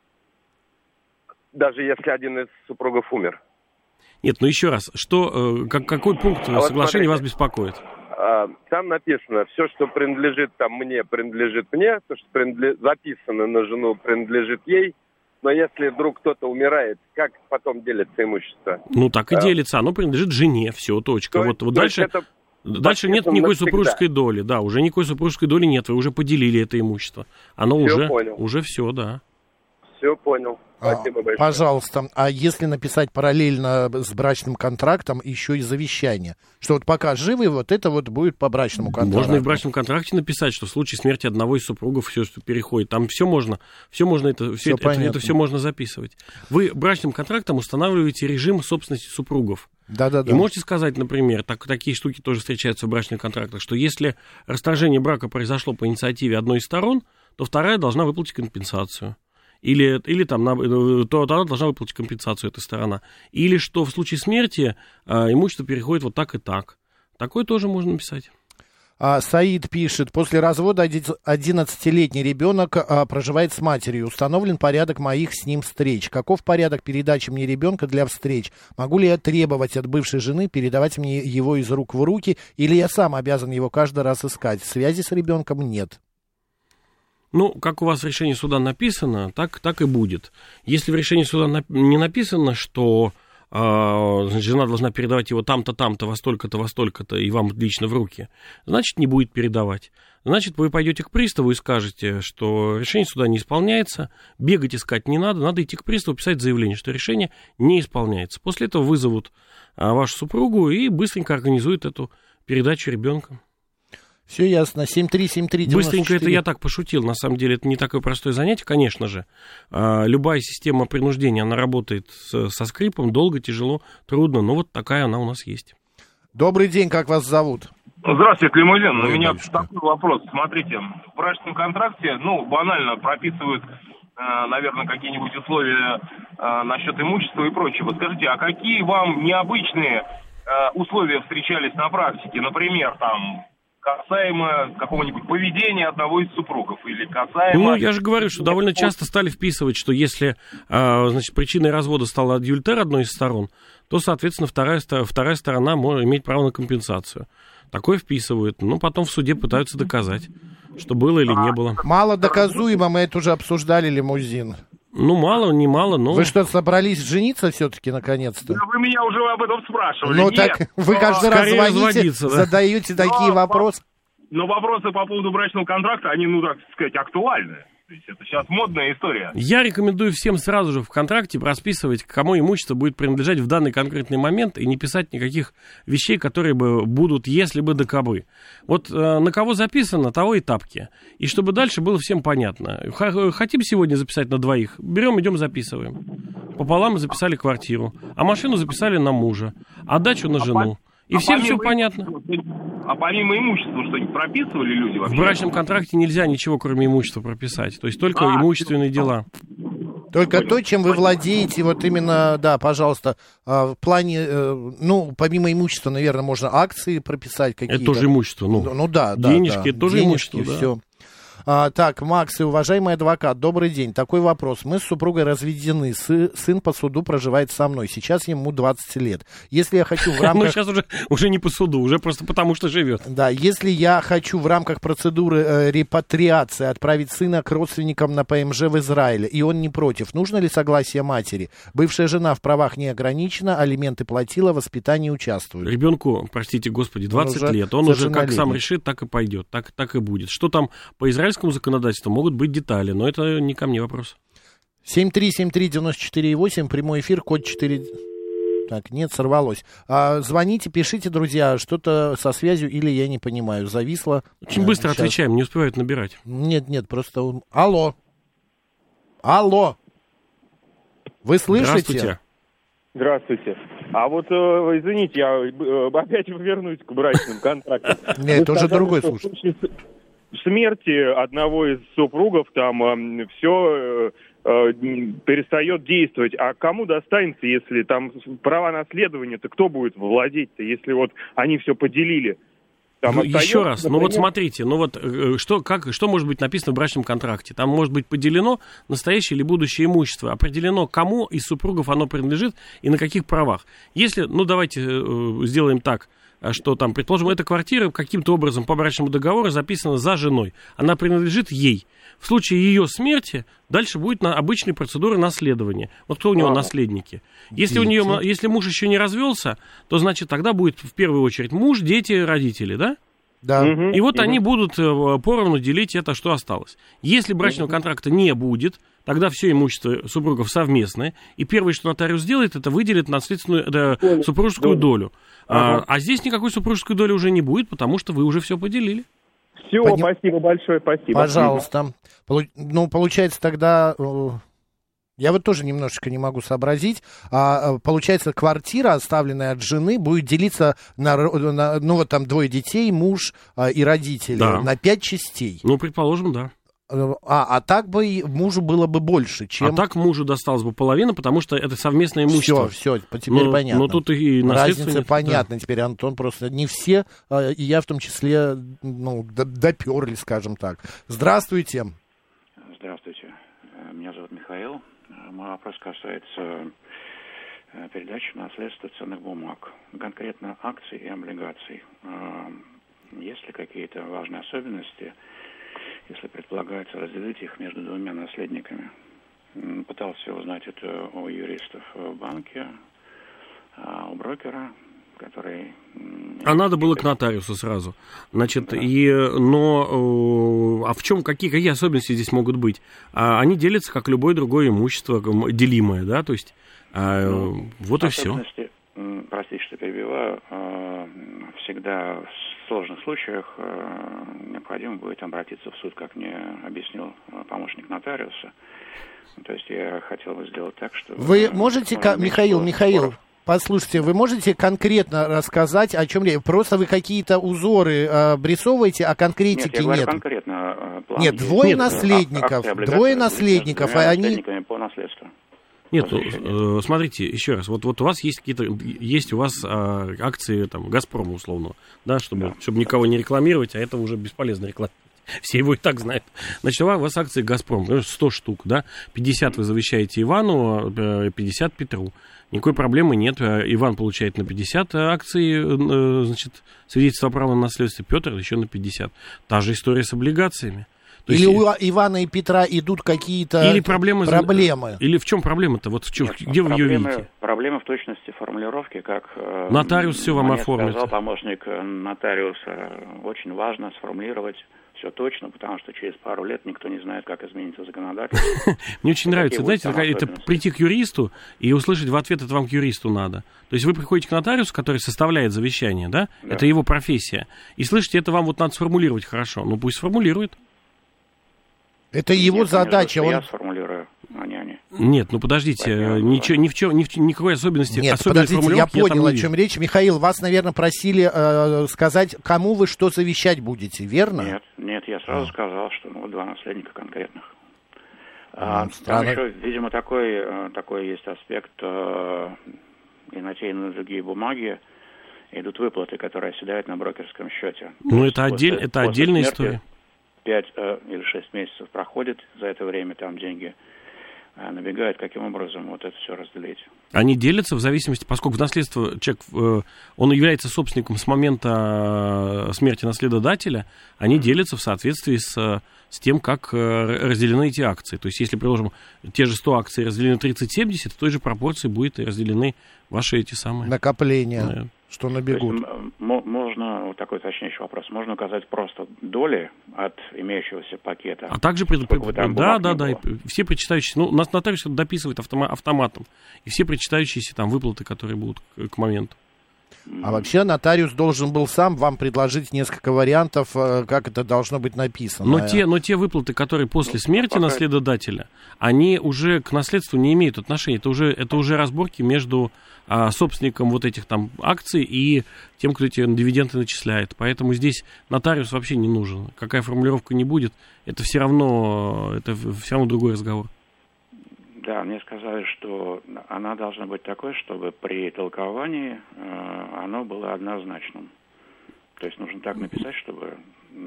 Даже если один из супругов умер. Нет, ну еще раз, что, э, как, какой пункт А вот соглашения смотрите. вас беспокоит? А, Там написано, все, что принадлежит там мне, принадлежит мне, то, что принадле- записано на жену, принадлежит ей. Но если вдруг кто-то умирает, как потом делится имущество? Ну, так и А. делится. Оно принадлежит жене. Все, точка. То Вот, есть- вот то дальше, есть это дальше нет подписано никакой навсегда. супружеской доли. Да, уже никакой супружеской доли нет. Вы уже поделили это имущество. Оно Всё уже, понял. уже все, да. Все понял. А, Спасибо большое. Пожалуйста, а если написать параллельно с брачным контрактом еще и завещание? Что вот пока живы, вот это вот будет по брачному контракту. Можно и в брачном контракте написать, что в случае смерти одного из супругов все переходит. Там все можно, все можно это, все Всё это, это, понятно. все можно записывать. Вы брачным контрактом устанавливаете режим собственности супругов. Да-да-да. И можете сказать, например, так, такие штуки тоже встречаются в брачных контрактах, что если расторжение брака произошло по инициативе одной из сторон, то вторая должна выплатить компенсацию. Или, или там, на, то она должна выплатить компенсацию, эта сторона. Или что в случае смерти а, имущество переходит вот так и так. Такое тоже можно написать. А, Саид пишет, после развода одиннадцатилетний ребенок а, проживает с матерью. Установлен порядок моих с ним встреч. Каков порядок передачи мне ребенка для встреч? Могу ли я требовать от бывшей жены передавать мне его из рук в руки, или я сам обязан его каждый раз искать? Связи с ребенком нет. Ну, как у вас в решении суда написано, так, так и будет. Если в решении суда на, не написано, что а, значит, жена должна передавать его там-то, там-то, во столько-то, во столько-то, и вам лично в руки, значит, не будет передавать. Значит, вы пойдете к приставу и скажете, что решение суда не исполняется, бегать искать не надо, надо идти к приставу, писать заявление, что решение не исполняется. После этого вызовут а, вашу супругу и быстренько организуют эту передачу ребенка. Все ясно. семь три семь три девять четыре. Быстренько это я так пошутил. На самом деле это не такое простое занятие, конечно же. А, любая система принуждения, она работает с, со скрипом, долго, тяжело, трудно, но вот такая она у нас есть. Добрый день, как вас зовут? Здравствуйте, Лимузин. У Ой, меня батюшка. такой вопрос. Смотрите, в брачном контракте, ну, банально прописывают, э, наверное, какие-нибудь условия э, насчет имущества и прочего. Скажите, а какие вам необычные э, условия встречались на практике? Например, там, касаемо какого-нибудь поведения одного из супругов или касаемо... Ну, я же говорю, что довольно часто стали вписывать, что если, а, значит, причиной развода стал адюльтер одной из сторон, то, соответственно, вторая, вторая сторона может иметь право на компенсацию. Такое вписывают, но потом в суде пытаются доказать, что было или не было. Мало доказуемо, мы это уже обсуждали, Лимузин. Ну, мало, не мало, но... Вы что, собрались жениться все-таки, наконец-то? Да вы меня уже об этом спрашивали. Ну, Нет. так вы каждый раз Скорее звоните, разводиться, да. задаете такие Но, вопросы. Но вопросы по поводу брачного контракта, они, ну, так сказать, актуальны. То есть это сейчас модная история. Я рекомендую всем сразу же в контракте расписывать, кому имущество будет принадлежать в данный конкретный момент, и не писать никаких вещей, которые бы будут, если бы да кабы. Вот э, на кого записано, того и тапки. И чтобы дальше было всем понятно. Х- хотим сегодня записать на двоих, берем, идем, записываем. Пополам записали квартиру, а машину записали на мужа, а дачу на жену. И а всем все помимо понятно. имущества, а помимо имущества что-нибудь прописывали люди вообще? В брачном контракте нельзя ничего, кроме имущества, прописать. То есть только А, имущественные дела. То Только то, чем вы владеете, вот именно, да, пожалуйста, в плане, ну, помимо имущества, наверное, можно акции прописать какие-то. Это тоже имущество, ну, ну да, да. Денежки, да. это тоже Денежки, имущество, да. Все. А, так, Макс и уважаемый адвокат, добрый день. Такой вопрос. Мы с супругой разведены. Сы, сын по суду проживает со мной. Сейчас ему двадцать лет. Если я хочу в рамках... Ну, сейчас уже, уже не по суду, уже просто потому, что живет. Да, если я хочу в рамках процедуры э, репатриации отправить сына к родственникам на ПМЖ в Израиле, и он не против, нужно ли согласие матери? Бывшая жена в правах не ограничена, алименты платила, воспитание участвует. Ребенку, простите господи, двадцать он лет. Он уже как сам решит, так и пойдет, так, так и будет. Что там по израильскому законодательству могут быть детали, но это не ко мне вопрос. семь три семь три девять четыре восемь, прямой эфир, код четыре... Так, нет, сорвалось. А, звоните, пишите, друзья, что-то со связью или я не понимаю, зависло. Очень а, быстро сейчас. Отвечаем, не успевают набирать. Нет, нет, просто... Алло. Алло. Вы слышите? Здравствуйте. Здравствуйте. А вот, э, извините, я э, опять вернусь к брачным контрактам. Нет, это уже другой случай. В смерти одного из супругов там э, все э, э, перестает действовать. А кому достанется, если там права наследования-то кто будет владеть-то, если вот они все поделили? Там ну, остается, еще раз, например... ну вот смотрите, ну вот что, как, что может быть написано в брачном контракте? Там может быть поделено настоящее или будущее имущество, определено, кому из супругов оно принадлежит и на каких правах. Если, ну давайте э, сделаем так, что там, предположим, эта квартира каким-то образом по брачному договору записана за женой, она принадлежит ей. В случае ее смерти дальше будет на обычной процедуре наследования. Вот кто у него а, наследники? Если, у нее, если муж еще не развелся, то, значит, тогда будет в первую очередь муж, дети, родители, да? Да. Угу, и вот угу. они будут поровну делить это, что осталось. Если брачного контракта не будет, тогда все имущество супругов совместное, и первое, что нотариус сделает, это выделит наследственную это, супружескую долю. Ага. А, а здесь никакой супружеской доли уже не будет, потому что вы уже все поделили. Все, Поним... спасибо большое, спасибо. Пожалуйста. Ну, получается тогда... Я вот тоже немножечко не могу сообразить. А, получается, квартира, оставленная от жены, будет делиться на, на ну вот там двое детей, муж а, и родители, да. на пять частей. Ну, предположим, да. А, а так бы мужу было бы больше, чем... А так мужу досталось бы половина, потому что это совместное имущество. Все, все, теперь но, понятно. Но тут и наследство разница нет, понятна да. Теперь, Антон, просто не все, и я в том числе, ну, доперли, скажем так. Здравствуйте. Здравствуйте. Меня зовут Михаил. Мой вопрос касается передачи в наследство ценных бумаг, конкретно акций и облигаций. Есть ли какие-то важные особенности, если предполагается разделить их между двумя наследниками? Пытался узнать это у юристов в банке, у брокера, который... А надо было к нотариусу сразу. Значит, да. и, но, а в чем, какие, какие особенности здесь могут быть? А, они делятся, как любое другое имущество, делимое, да, то есть, а, ну, вот и все. Простите, что перебиваю, всегда в сложных случаях необходимо будет обратиться в суд, как мне объяснил помощник нотариуса. То есть я хотел бы сделать так, что... Вы можете, Михаил, Михаил, послушайте, вы можете конкретно рассказать, о чем речь? Просто вы какие-то узоры обрисовываете, а конкретики нет? Нет, я говорю конкретно. Нет, двое нет, наследников, двое наследников, и они... по наследству. Нет, ну, смотрите, еще раз, вот, вот у вас есть какие-то, есть у вас а, акции там Газпрома условно, да, чтобы, да. чтобы никого не рекламировать, а это уже бесполезно рекламировать. Все его и так знают. Значит, у вас акции Газпром, сто штук, да, пятьдесят вы завещаете Ивану, пятьдесят Петру. Никакой проблемы нет. Иван получает на пятьдесят акций, значит, свидетельство о праве на наследство, Петр еще на пятьдесят. Та же история с облигациями. То или есть, у Ивана и Петра идут какие-то или проблемы, проблемы. Или в чем проблема-то? Вот в чем, Нет, где вы ее видите? Проблема в точности формулировки, как нотариус все вам оформит. Сказал помощник нотариуса, очень важно сформулировать все точно, потому что через пару лет никто не знает, как изменится законодательство. Мне очень нравится, знаете, это прийти к юристу и услышать в ответ, это вам к юристу надо. То есть вы приходите к нотариусу, который составляет завещание, да? Это его профессия. И слышите, это вам вот надо сформулировать хорошо. Ну пусть сформулирует. Это его Нет, задача. Он... Он... Я сформулирую, а не они. Нет, ну подождите, ничего, ни в чем, ни в, никакой особенности. Нет, подождите, я понял, я о чем речь. Михаил, вас, наверное, просили э, сказать, кому вы что завещать будете, верно? Нет, нет, я сразу а. сказал, что ну, два наследника конкретных. А, там еще, видимо, такой, такой есть аспект, э, и на те, и на другие бумаги идут выплаты, которые оседают на брокерском счете. Ну, это, отдель, после, это после отдельная история. Пять э, или шесть месяцев проходит, за это время там деньги э, набегают. Каким образом вот это все разделить? Они делятся в зависимости, поскольку в наследство человек, э, он является собственником с момента смерти наследодателя, они делятся в соответствии с, с тем, как э, разделены эти акции. То есть, если, приложим, те же сто акций разделены тридцать семьдесят, в той же пропорции будет и разделены ваши эти самые... Накопления. Да. Что набегут. То есть, можно, вот такой уточняющий вопрос, можно указать просто доли от имеющегося пакета? А также, пред... да, да, да, и все причитающиеся, ну, нас нотариус дописывает автома... автоматом, и все причитающиеся там выплаты, которые будут к, к моменту. А вообще нотариус должен был сам вам предложить несколько вариантов, как это должно быть написано. Но те, но те выплаты, которые после ну, смерти пока... наследодателя, они уже к наследству не имеют отношения. Это уже, это уже разборки между а, собственником вот этих там акций и тем, кто эти дивиденды начисляет. Поэтому здесь нотариус вообще не нужен. Какая формулировка не будет, это все равно, это все равно другой разговор. Да, мне сказали, что она должна быть такой, чтобы при толковании э, оно было однозначным. То есть нужно так написать, чтобы...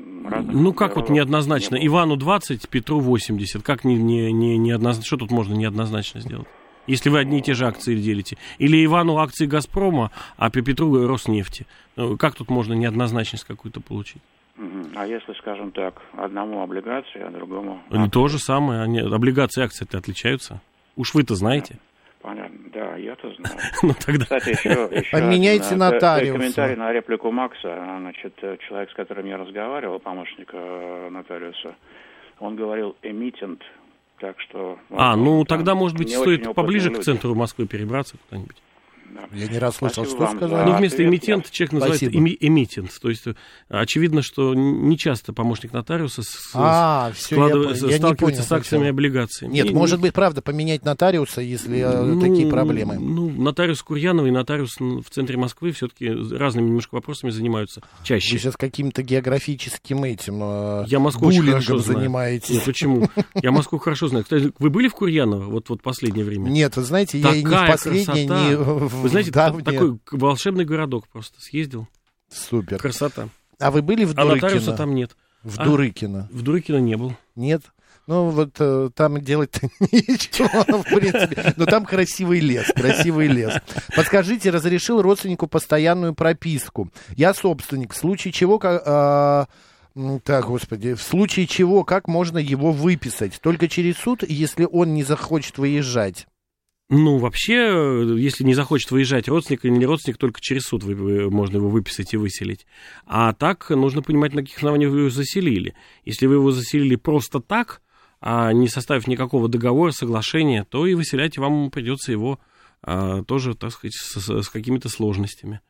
Ну, как вот неоднозначно? Не Ивану двадцать, Петру восемьдесят. Как не, не, не, неоднозначно? Что тут можно неоднозначно сделать? Если вы одни и те же акции делите. Или Ивану акции «Газпрома», а Петру «Роснефти». Как тут можно неоднозначность какую-то получить? А если, скажем так, одному облигации, а другому... Они то же самое. Они, облигации и акции-то отличаются. Уж вы-то знаете. Понятно, да, я-то знаю. Ну тогда... Кстати, еще, еще поменяйте один, нотариуса. Комментарий на реплику Макса. Значит, человек, с которым я разговаривал, помощник нотариуса, он говорил «эмитент». Так что... А, ну тогда, может быть, стоит поближе люди. К центру Москвы перебраться куда-нибудь. Да. Я не раз слышал, Спасибо что сказали. Ну, вместо эмитент человек называется эми- эмитент. То есть, очевидно, что не часто помощник нотариуса с, а, с, складыв... я, я сталкивается понял, с акциями и облигациями. Нет, и, может не... быть, правда, поменять нотариуса, если ну, такие проблемы. Ну, нотариус Курьянова и нотариус в центре Москвы все-таки разными немножко вопросами занимаются чаще. Вы сейчас каким-то географическим этим я Москву буллингом занимаетесь. Нет, почему? Я Москву хорошо знаю. Кстати, вы были в Курьяново вот, вот последнее время? Нет, вы знаете, я и не в последнее, не в Вы знаете, такой волшебный городок просто съездил. Супер. Красота. А вы были в Дурыкино? А нотариуса там нет. В а? Дурыкино? В Дурыкино не был. Нет? Ну, вот э, там делать-то ничего, в принципе. Но там красивый лес, красивый лес. Подскажите, разрешил родственнику постоянную прописку. Я собственник. В случае чего... Э, так, господи. В случае чего, как можно его выписать? Только через суд, если он не захочет выезжать? Ну, вообще, если не захочет выезжать родственник или не родственник, только через суд вы, вы, можно его выписать и выселить. А так нужно понимать, на каких основаниях вы его заселили. Если вы его заселили просто так, а не составив никакого договора, соглашения, то и выселять вам придется его а, тоже, так сказать, с, с какими-то сложностями.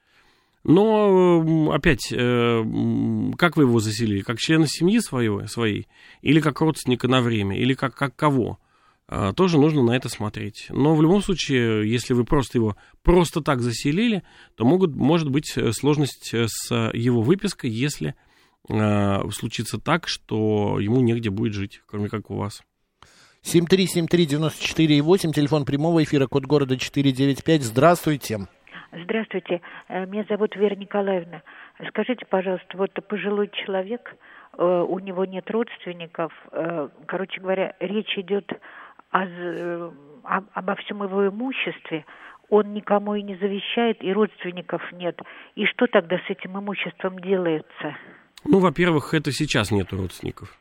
Но, опять, как вы его заселили? Как члена семьи своего, своей? Или как родственника на время? Или как, как кого? Тоже нужно на это смотреть. Но в любом случае, если вы просто его просто так заселили, то могут, может быть сложность с его выпиской, если э, случится так, что ему негде будет жить, кроме как у вас. семь три семь три девять четыре восемь, телефон прямого эфира, код города четыреста девяносто пять. Здравствуйте. Здравствуйте, меня зовут Вера Николаевна. Скажите, пожалуйста, вот пожилой человек, у него нет родственников, короче говоря, речь идет о, о, обо всем его имуществе, он никому и не завещает, и родственников нет. И что тогда с этим имуществом делается? Ну, во-первых, это сейчас нету родственников.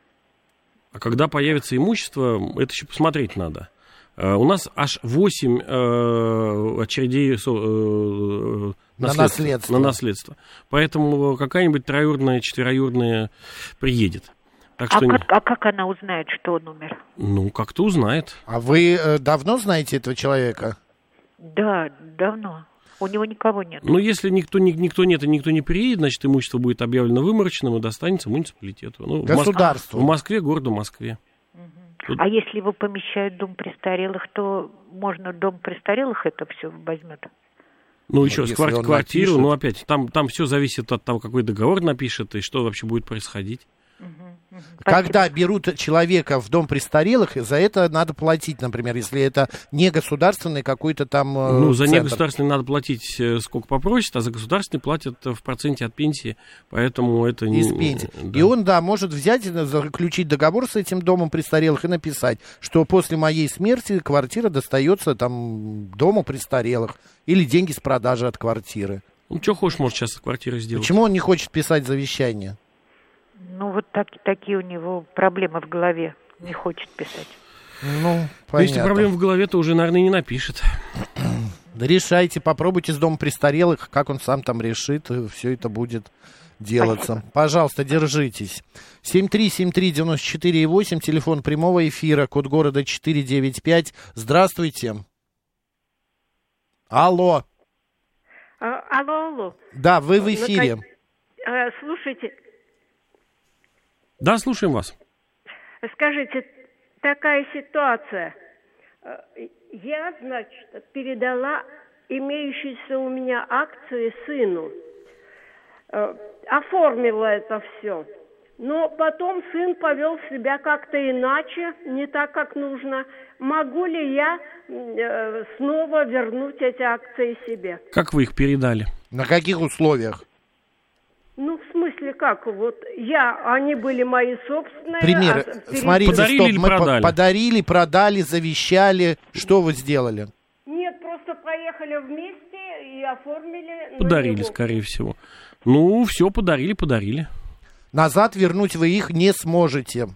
А когда появится имущество, это еще посмотреть надо. У нас аж восемь э, очередей э, на, наследство. на наследство. Поэтому какая-нибудь троюродная, четвероюродная приедет. Так а, что... как, а как она узнает, что он умер? Ну, как-то узнает. А вы э, давно знаете этого человека? Да, давно. У него никого нет. Ну, если никто, никто нет и никто не приедет, значит, имущество будет объявлено вымороченным и достанется муниципалитету. Ну, государству. В, Моск... в Москве, городу Москве. А если его помещают в дом престарелых, то можно дом престарелых это все возьмет? Ну, еще раз, квартиру, напишет... ну, опять, там, там все зависит от того, какой договор напишет и что вообще будет происходить. Когда берут человека в дом престарелых, за это надо платить, например, если это не государственный какой-то там э, Ну, за центр. негосударственный надо платить сколько попросит, а за государственный платят в проценте от пенсии, поэтому это не... Из пенсии. Да. И он, да, может взять, заключить договор с этим домом престарелых и написать, что после моей смерти квартира достается там дому престарелых или деньги с продажи от квартиры. Ну, что хочешь, может сейчас с квартиры сделать. Почему он не хочет писать завещание? Ну, вот так, такие у него проблемы в голове. Не хочет писать. Ну, понятно. Если проблемы в голове, то уже, наверное, не напишет. Да решайте, попробуйте с дома престарелых, как он сам там решит, и все это будет делаться. Спасибо. Пожалуйста, держитесь. семь три семь три девять четыре восемь, телефон прямого эфира, код города четыре девять пять. Здравствуйте. Алло. А, алло, алло. Да, вы в эфире. Ну, а, слушайте. Да, слушаем вас. Скажите, такая ситуация. Я, значит, передала имеющиеся у меня акции сыну. Оформила это все. Но потом сын повел себя как-то иначе, не так, как нужно. Могу ли я э, снова вернуть эти акции себе? Как вы их передали? На каких условиях? Ну, в смысле, как? Вот я, они были мои собственные. Пример. А перед... Смотрите, подарили стоп, или мы продали? Подарили, продали, завещали. Что вы сделали? Нет, просто поехали вместе и оформили. Подарили, скорее всего. Ну, все, подарили, подарили. Назад вернуть вы их не сможете.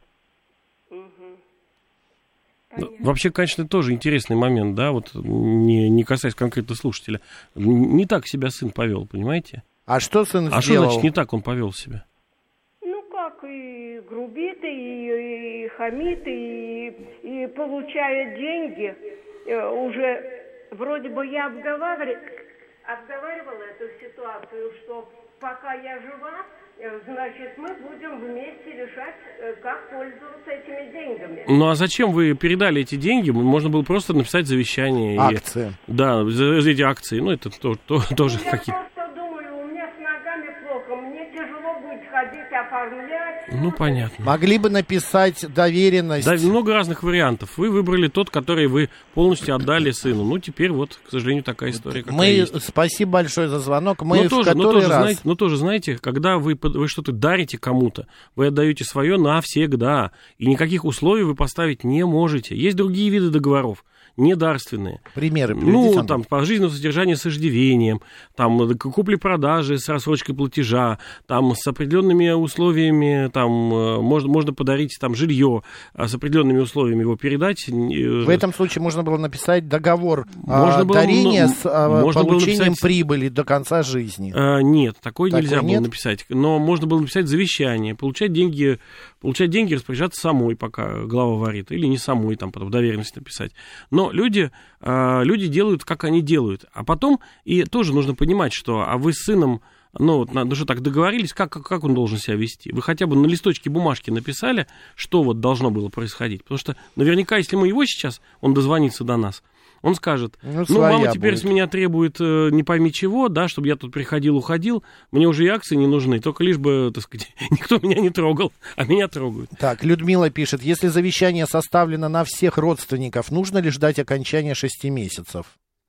Вообще, конечно, тоже интересный момент, да, вот не, не касаясь конкретно слушателя. Не так себя сын повел, понимаете? А что сын а сделал? А что значит не так он повел себя? Ну как, и грубит, и, и хамит, и, и получает деньги. Уже вроде бы я обговаривала, обговаривала эту ситуацию, что пока я жива, значит, мы будем вместе решать, как пользоваться этими деньгами. Ну, а зачем вы передали эти деньги? Можно было просто написать завещание. Акции. И, да, за эти акции. Ну, это то, то, тоже я какие-то... Я просто думаю, у меня с ногами плохо, мне тяжело будет ходить, оформлять. Ну, понятно. Могли бы написать доверенность. Да, много разных вариантов. Вы выбрали тот, который вы полностью отдали сыну. Ну, теперь вот, к сожалению, такая история, какая Мы, есть. Спасибо большое за звонок. Мы но в тоже, который но тоже, раз... знаете, но тоже, знаете, когда вы, вы что-то дарите кому-то, вы отдаете свое навсегда. И никаких условий вы поставить не можете. Есть другие виды договоров. Недарственные. Примеры Ну, нам. там, пожизненное содержание с иждивением, там, купли-продажи с рассрочкой платежа, там, с определенными условиями, там, можно, можно подарить, там, жилье, с определенными условиями его передать. В этом случае можно было написать договор можно было, дарения ну, с можно получением написать... прибыли до конца жизни. А, нет, такое Такой нельзя нет? было написать. Но можно было написать завещание, получать деньги, получать деньги, распоряжаться самой, пока глава варит, или не самой, там, потом доверенность написать. Но люди, люди делают, как они делают. А потом, и тоже нужно понимать, что а вы с сыном, ну, вот, ну что, так договорились, как, как он должен себя вести? Вы хотя бы на листочке бумажки написали, что вот должно было происходить. Потому что наверняка, если мы его сейчас, он дозвонится до нас, он скажет, ну, ну мама теперь будет. С меня требует э, не пойми чего, да, чтобы я тут приходил, уходил, мне уже и акции не нужны, только лишь бы, так сказать, никто меня не трогал, а меня трогают. Так, Людмила пишет, если завещание составлено на всех родственников, нужно ли ждать окончания шести месяцев?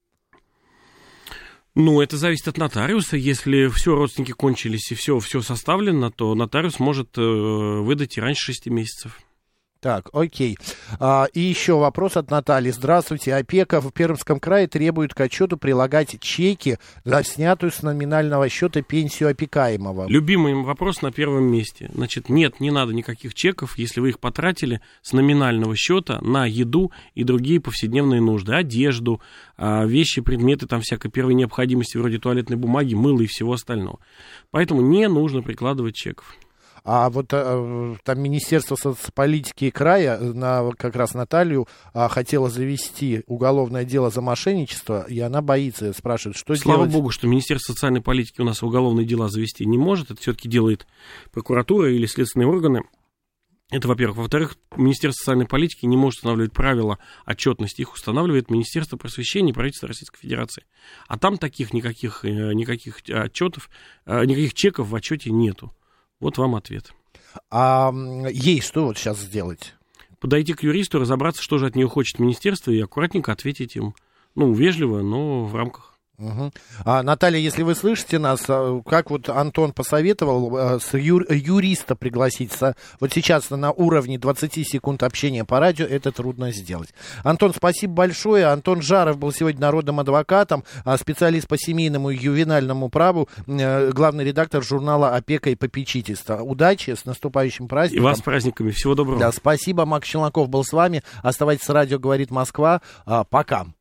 Ну, это зависит от нотариуса. Если все родственники кончились и все, все составлено, то нотариус может э, выдать и раньше шести месяцев. Так, окей. А, и еще вопрос от Натальи. Здравствуйте. Опека в Пермском крае требует к отчету прилагать чеки за снятую с номинального счета пенсию опекаемого. Любимый вопрос на первом месте. Значит, нет, не надо никаких чеков, если вы их потратили с номинального счета на еду и другие повседневные нужды. Одежду, вещи, предметы там всякой первой необходимости, вроде туалетной бумаги, мыла и всего остального. Поэтому не нужно прикладывать чеков. А вот а, там Министерство соцполитики края на, как раз Наталью а, хотела завести уголовное дело за мошенничество, и она боится, спрашивает, что Слава делать. Слава богу, что Министерство социальной политики у нас уголовные дела завести не может, это все-таки делает прокуратура или следственные органы. Это, во-первых. Во-вторых, Министерство социальной политики не может устанавливать правила отчетности, их устанавливает Министерство просвещения и правительство Российской Федерации. А там таких никаких, никаких отчетов, никаких чеков в отчете нету. Вот вам ответ. А ей что вот сейчас сделать? Подойти к юристу, разобраться, что же от нее хочет министерство, и аккуратненько ответить им. Ну, вежливо, но в рамках. Угу. А, Наталья, если вы слышите нас, как вот Антон посоветовал, с ю, юриста пригласить, со, вот сейчас на уровне двадцать секунд общения по радио, это трудно сделать. Антон, спасибо большое. Антон Жаров был сегодня народным адвокатом, специалист по семейному и ювенальному праву, главный редактор журнала «Опека и попечительство». Удачи, с наступающим праздником. И вас с праздниками. Всего доброго. Да, спасибо. Макс Челноков был с вами. Оставайтесь с радио «Говорит Москва». Пока.